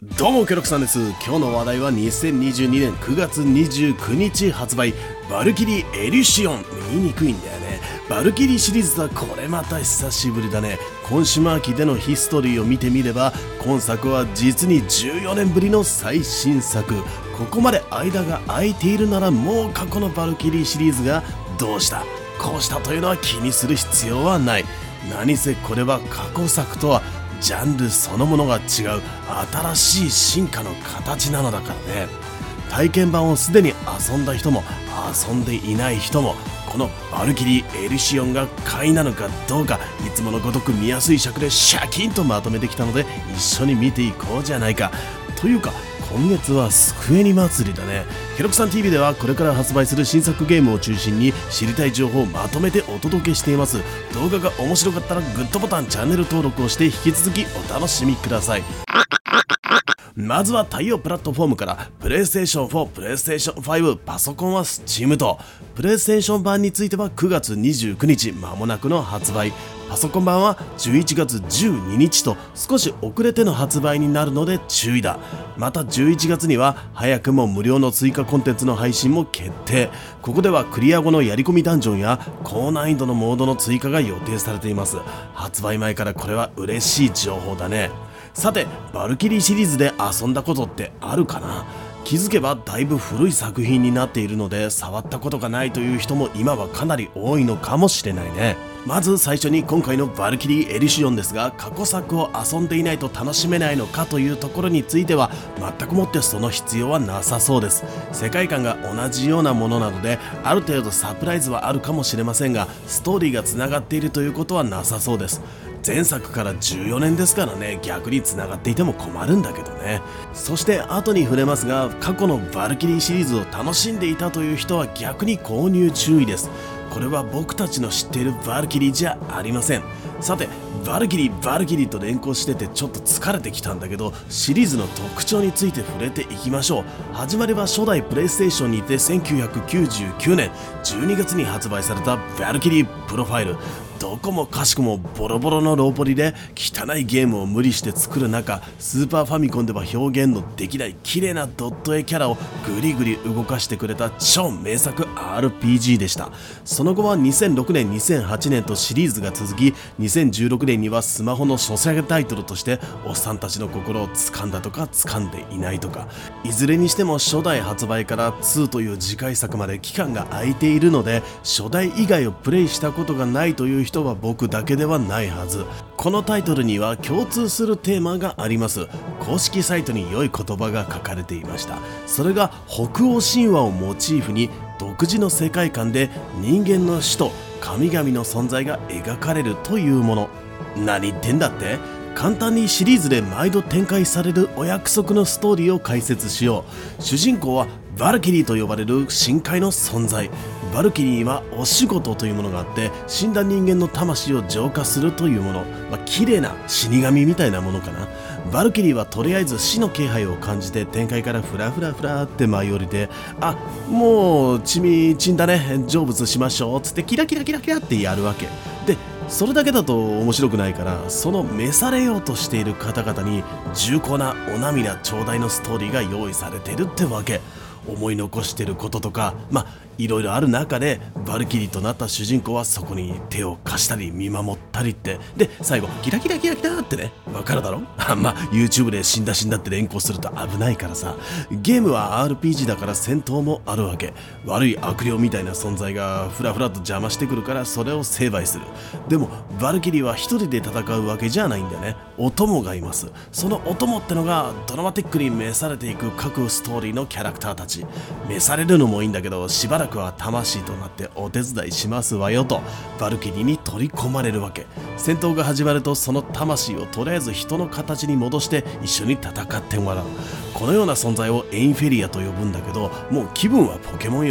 どうもケロクさんです。今日の話題は2022年9月29日発売、バルキリーエリュシオン。言いにくいんだよね。バルキリーシリーズはこれまた久しぶりだね。今週末でのヒストリーを見てみれば、今作は実に14年ぶりの最新作。ここまで間が空いているなら、もう過去のバルキリーシリーズがどうしたこうしたというのは気にする必要はない。何せこれは過去作とはジャンルそのものが違う新しい進化の形なのだからね。体験版をすでに遊んだ人も遊んでいない人も、このバルキリーエリシオンが買いなのかどうか、いつものごとく見やすい尺でシャキンとまとめてきたので、一緒に見ていこうじゃないか。というか今月はスクエニ祭りだね。ケロクさん TV ではこれから発売する新作ゲームを中心に知りたい情報をまとめてお届けしています。動画が面白かったらグッドボタン、チャンネル登録をして引き続きお楽しみください。まずは対応プラットフォームから、プレイステーション4、プレイステーション5、パソコンは Steam と。プレイステーション版については9月29日間もなくの発売、パソコン版は11月12日と少し遅れての発売になるので注意だ。また11月には早くも無料の追加コンテンツの配信も決定。ここではクリア後のやり込みダンジョンや高難易度のモードの追加が予定されています。発売前からこれは嬉しい情報だね。さて、バルキリーシリーズで遊んだことってあるかな？気づけばだいぶ古い作品になっているので、触ったことがないという人も今はかなり多いのかもしれないね。まず最初に今回のバルキリーエリシオンですが、過去作を遊んでいないと楽しめないのかというところについては全くもってその必要はなさそうです。世界観が同じようなものなので、ある程度サプライズはあるかもしれませんが、ストーリーがつながっているということはなさそうです。前作から14年ですからね、逆につながっていても困るんだけどね。そして後に触れますが、過去のバルキリーシリーズを楽しんでいたという人は逆に購入注意です。これは僕たちの知っているバルキリーじゃありません。さて、バルキリーと連呼しててちょっと疲れてきたんだけど、シリーズの特徴について触れていきましょう。始まりは初代プレイステーションにて1999年12月に発売されたバルキリープロファイル。どこもかしくもボロボロのローポリで汚いゲームを無理して作る中、スーパーファミコンでは表現のできない綺麗なドット絵キャラをグリグリ動かしてくれた超名作 RPG でした。その後は2006年2008年とシリーズが続き、2016年にはスマホの初世タイトルとしておっさんたちの心を掴んだとか掴んでいないとか、いずれにしても初代発売から2という次回作まで期間が空いているので、初代以外をプレイしたことがないという人は僕だけではないはず。このタイトルには共通するテーマがあります。公式サイトに良い言葉が書かれていました。それが北欧神話をモチーフに独自の世界観で人間の死と神々の存在が描かれるというもの。何言ってんだって？簡単にシリーズで毎度展開されるお約束のストーリーを解説しよう。主人公はバルキリーと呼ばれる深海の存在。バルキリーにはお仕事というものがあって、死んだ人間の魂を浄化するというもの、綺麗な死神みたいなものかな。バルキリーはとりあえず死の気配を感じて天界からフラフラフラって舞い降りて、あ、もう死んだね、成仏しましょうつってキラキラキラキラってやるわけで、それだけだと面白くないから、その召されようとしている方々に重厚なお涙頂戴のストーリーが用意されているってわけ。思い残してることとか、いろいろある中でバルキリーとなった主人公はそこに手を貸したり見守ったりって、で最後キラキラキラキラってね、わかるだろYouTube で死んだって連呼すると危ないからさ。ゲームは RPG だから戦闘もあるわけ。悪い悪霊みたいな存在がフラフラと邪魔してくるから、それを成敗する。でもバルキリーは一人で戦うわけじゃないんだよね。お供がいます。そのお供ってのがドラマティックに召されていく各ストーリーのキャラクターたち。召されるのもいいんだけど、しばらくは魂となってお手伝いしますわよとバルキリーに取り込まれるわけ。戦闘が始まるとその魂をとりあえず人の形に戻して一緒に戦ってもらう。このような存在をエインフェリアと呼ぶんだけど、もう気分はポケモンよ。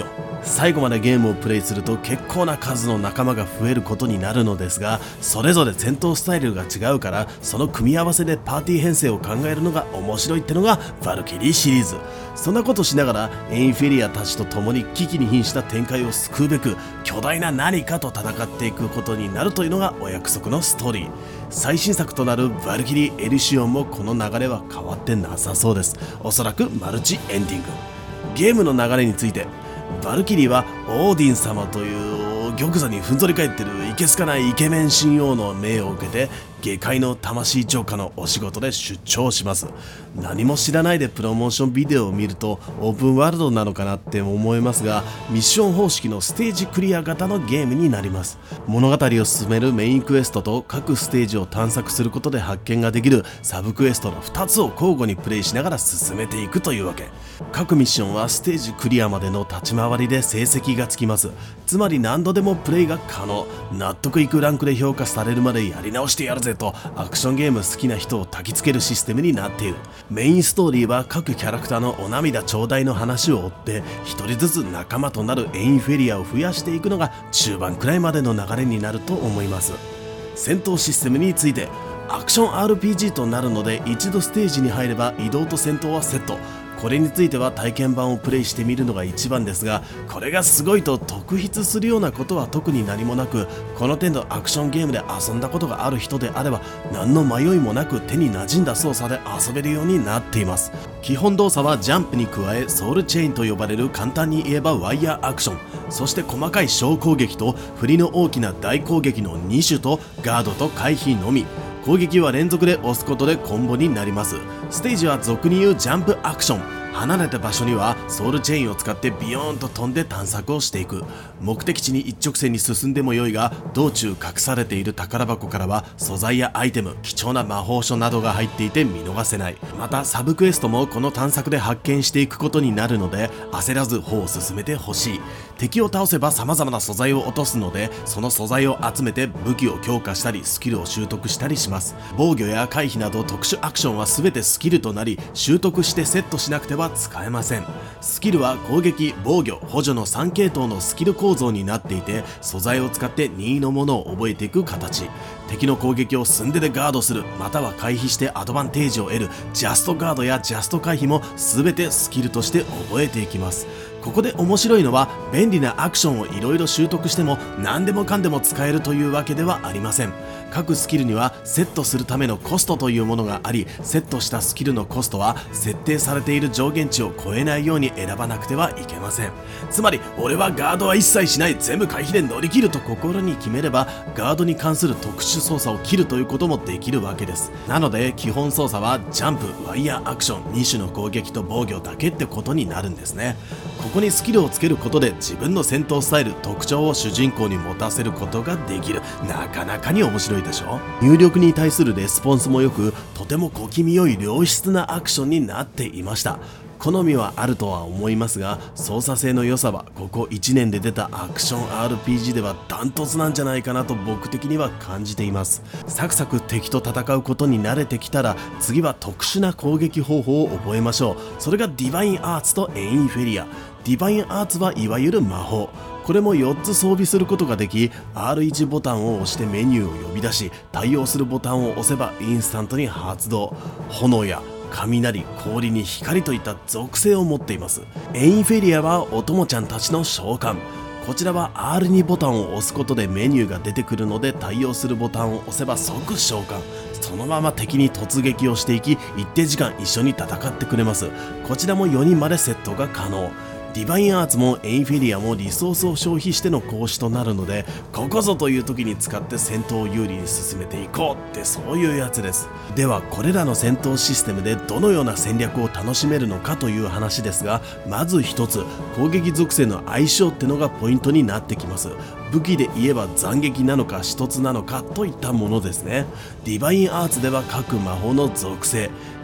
最後までゲームをプレイすると結構な数の仲間が増えることになるのですが、それぞれ戦闘スタイルが違うから、その組み合わせでパーティー編成を考えるのが面白いってのがバルキリーシリーズ。そんなことしながらエインフェリアたちと共に危機に瀕した展開を救うべく巨大な何かと戦っていくことになるというのがお約束のストーリー。最新作となるバルキリーエリシオンもこの流れは変わってなさそうです。おそらくマルチエンディング。ゲームの流れについて、バルキリーはオーディン様という玉座にふんぞり返ってるいけすかないイケメン神王の命を受けて下界の魂浄化のお仕事で出張します。何も知らないでプロモーションビデオを見るとオープンワールドなのかなって思いますが、ミッション方式のステージクリア型のゲームになります。物語を進めるメインクエストと各ステージを探索することで発見ができるサブクエストの2つを交互にプレイしながら進めていくというわけ。各ミッションはステージクリアまでの立ち回りで成績がつきます。つまり何度でもプレイが可能。納得いくランクで評価されるまでやり直してやるぜとアクションゲーム好きな人を焚きつけるシステムになっている。メインストーリーは各キャラクターのお涙ちょうだいの話を追って一人ずつ仲間となるエインフェリアを増やしていくのが中盤くらいまでの流れになると思います。戦闘システムについて、アクション RPG となるので一度ステージに入れば移動と戦闘はセット。これについては体験版をプレイしてみるのが一番ですが、これがすごいと特筆するようなことは特に何もなく、この程度アクションゲームで遊んだことがある人であれば何の迷いもなく手に馴染んだ操作で遊べるようになっています。基本動作はジャンプに加えソウルチェーンと呼ばれる簡単に言えばワイヤーアクション、そして細かい小攻撃と振りの大きな大攻撃の2種とガードと回避のみ。攻撃は連続で押すことでコンボになります。ステージは俗に言うジャンプアクション。離れた場所にはソウルチェーンを使ってビヨーンと飛んで探索をしていく。目的地に一直線に進んでも良いが、道中隠されている宝箱からは素材やアイテム、貴重な魔法書などが入っていて見逃せない。またサブクエストもこの探索で発見していくことになるので焦らず歩を進めてほしい。敵を倒せば様々な素材を落とすので、その素材を集めて武器を強化したりスキルを習得したりします。防御や回避など特殊アクションは全てスキルとなり、習得してセットしなくては使えません。スキルは攻撃、防御、補助の3系統のスキル構造になっていて、素材を使って任意のものを覚えていく形。敵の攻撃を寸出でガードする、または回避してアドバンテージを得るジャストガードやジャスト回避も全てスキルとして覚えていきます。ここで面白いのは、便利なアクションをいろいろ習得しても何でもかんでも使えるというわけではありません。各スキルにはセットするためのコストというものがあり、セットしたスキルのコストは設定されている上限値を超えないように選ばなくてはいけません。つまり俺はガードは一切しない、全部回避で乗り切ると心に決めれば、ガードに関する特殊操作を切るということもできるわけです。なので基本操作はジャンプ、ワイヤーアクション、2種の攻撃と防御だけってことになるんですね。ここにスキルをつけることで自分の戦闘スタイル、特徴を主人公に持たせることができる。なかなかに面白いでしょ。入力に対するレスポンスも良く、とても小気味良い良質なアクションになっていました。好みはあるとは思いますが、操作性の良さはここ1年で出たアクション RPG ではダントツなんじゃないかなと僕的には感じています。サクサク敵と戦うことに慣れてきたら、次は特殊な攻撃方法を覚えましょう。それがディバインアーツとエインフェリア。ディバインアーツはいわゆる魔法。これも4つ装備することができ、 R1 ボタンを押してメニューを呼び出し、対応するボタンを押せばインスタントに発動。炎や雷、氷に光といった属性を持っています。エインフェリアはお供ちゃんたちの召喚。こちらは R2 ボタンを押すことでメニューが出てくるので、対応するボタンを押せば即召喚。そのまま敵に突撃をしていき、一定時間一緒に戦ってくれます。こちらも4人までセットが可能。ディバインアーツもエインフェリアもリソースを消費しての行使となるので、ここぞという時に使って戦闘を有利に進めていこうって、そういうやつです。ではこれらの戦闘システムでどのような戦略を楽しめるのかという話ですが、まず一つ、攻撃属性の相性ってのがポイントになってきます。武器で言えば斬撃なのか一つなのかといったものですね。ディバインアーツでは各魔法の属性、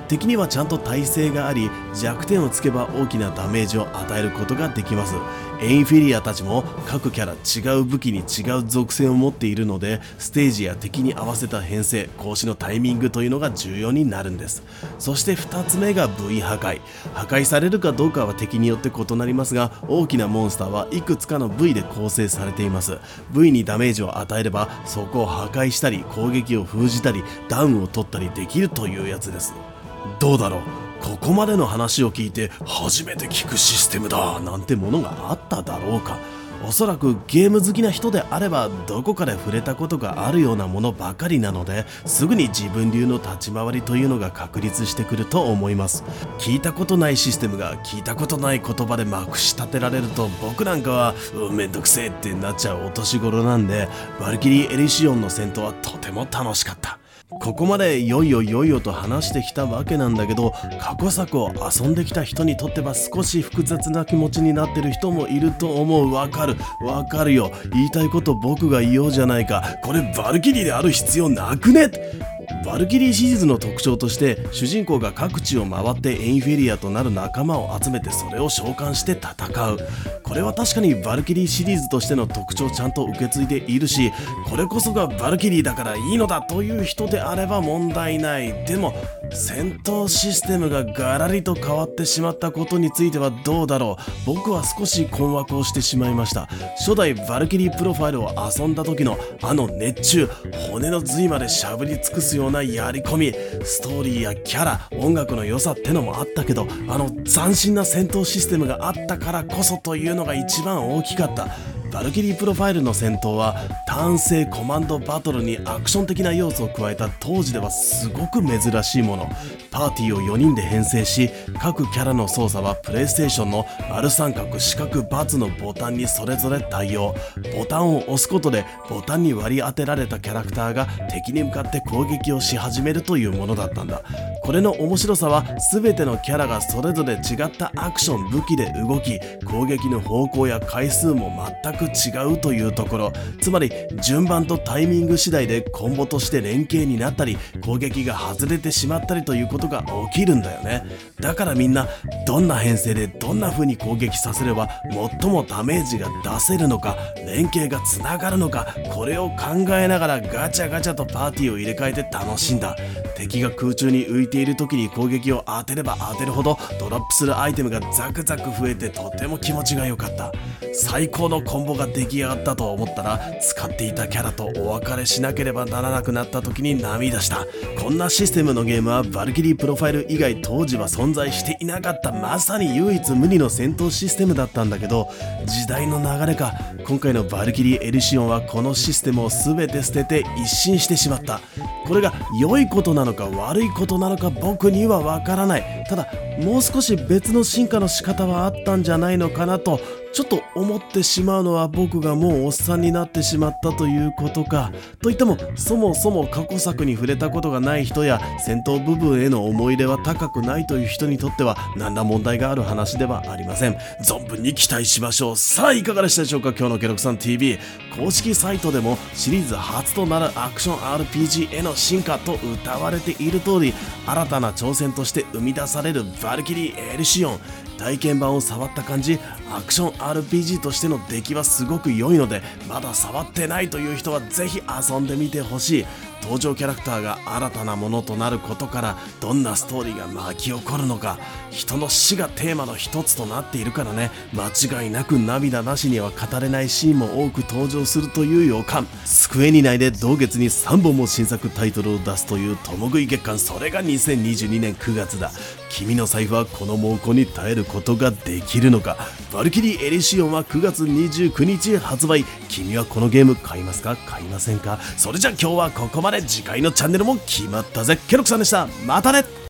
敵にはちゃんと耐性があり、弱点をつけば大きなダメージを与えることができます。エインフィリアたちも各キャラ違う武器に違う属性を持っているので、ステージや敵に合わせた編成、行使のタイミングというのが重要になるんです。そして2つ目が部位破壊。破壊されるかどうかは敵によって異なりますが、大きなモンスターはいくつかの部位で構成されています。部位にダメージを与えれば、そこを破壊したり攻撃を封じたりダウンを取ったりできるというやつです。どうだろう、ここまでの話を聞いて初めて聞くシステムだなんてものがあっただろうか。おそらくゲーム好きな人であればどこかで触れたことがあるようなものばかりなので、すぐに自分流の立ち回りというのが確立してくると思います。聞いたことないシステムが聞いたことない言葉でまくし立てられると、僕なんかはめんどくせえってなっちゃうお年頃なんで、バルキリー・エリシオンの戦闘はとても楽しかった。ここまでよいよと話してきたわけなんだけど、過去作を遊んできた人にとっては少し複雑な気持ちになってる人もいると思う。わかるよ。言いたいこと僕が言おうじゃないか。これバルキリーである必要なくね？バルキリーシリーズの特徴として、主人公が各地を回ってエインフェリアとなる仲間を集めてそれを召喚して戦う。これは確かにバルキリーシリーズとしての特徴をちゃんと受け継いでいるし、これこそがバルキリーだからいいのだという人であれば問題ない。でも戦闘システムがガラリと変わってしまったことについてはどうだろう。僕は少し困惑をしてしまいました。初代バルキリープロファイルを遊んだ時のあの熱中、骨の髄までしゃぶり尽くすようなやり込み、ストーリーやキャラ、音楽の良さってのもあったけど、あの斬新な戦闘システムがあったからこそというのが一番大きかった。バルキリープロファイルの戦闘はターン制コマンドバトルにアクション的な要素を加えた当時ではすごく珍しいもの。パーティーを4人で編成し、各キャラの操作はプレイステーションの丸三角四角×のボタンにそれぞれ対応。ボタンを押すことでボタンに割り当てられたキャラクターが敵に向かって攻撃をし始めるというものだったんだ。これの面白さは全てのキャラがそれぞれ違ったアクション武器で動き、攻撃の方向や回数も全く違うというところ。つまり順番とタイミング次第でコンボとして連携になったり、攻撃が外れてしまったりということが起きるんだよね。だからみんなどんな編成でどんな風に攻撃させれば最もダメージが出せるのか、連携がつながるのか、これを考えながらガチャガチャとパーティーを入れ替えて楽しんだ。敵が空中に浮いている時に攻撃を当てれば当てるほどドロップするアイテムがザクザク増えてとても気持ちが良かった。最高のコンボが出来上がったと思ったら、使っていたキャラとお別れしなければならなくなった時に涙した。こんなシステムのゲームはバルキリープロファイル以外当時は存在していなかった、まさに唯一無二の戦闘システムだったんだけど、時代の流れか、今回のバルキリーエリシオンはこのシステムを全て捨てて一新してしまった。これが良いことなのか悪いことなのか僕にはわからない。ただもう少し別の進化の仕方はあったんじゃないのかなとちょっと思ってしまうのは、僕がもうおっさんになってしまったということか。といってもそもそも過去作に触れたことがない人や戦闘部分への思い入れは高くないという人にとっては何ら問題がある話ではありません。存分に期待しましょう。さあいかがでしたでしょうか。今日のケロクさん TV 公式サイトでもシリーズ初となるアクション RPG への進化と謳われている通り、新たな挑戦として生み出されるバルキリーエリシオン、体験版を触った感じ、アクション RPG としての出来はすごく良いので、まだ触ってないという人はぜひ遊んでみてほしい。登場キャラクターが新たなものとなることから、どんなストーリーが巻き起こるのか、人の死がテーマの一つとなっているからね、間違いなく涙なしには語れないシーンも多く登場するという予感。スクエニ内で同月に3本も新作タイトルを出すという共食い月間、それが2022年9月だ。君の財布はこの猛攻に耐えることができるのか。バルキリーエリシオンは9月29日発売。君はこのゲーム買いますか買いませんか。それじゃ今日はここまで。次回のチャンネルも決まったぜ。ケロクさんでした。またね。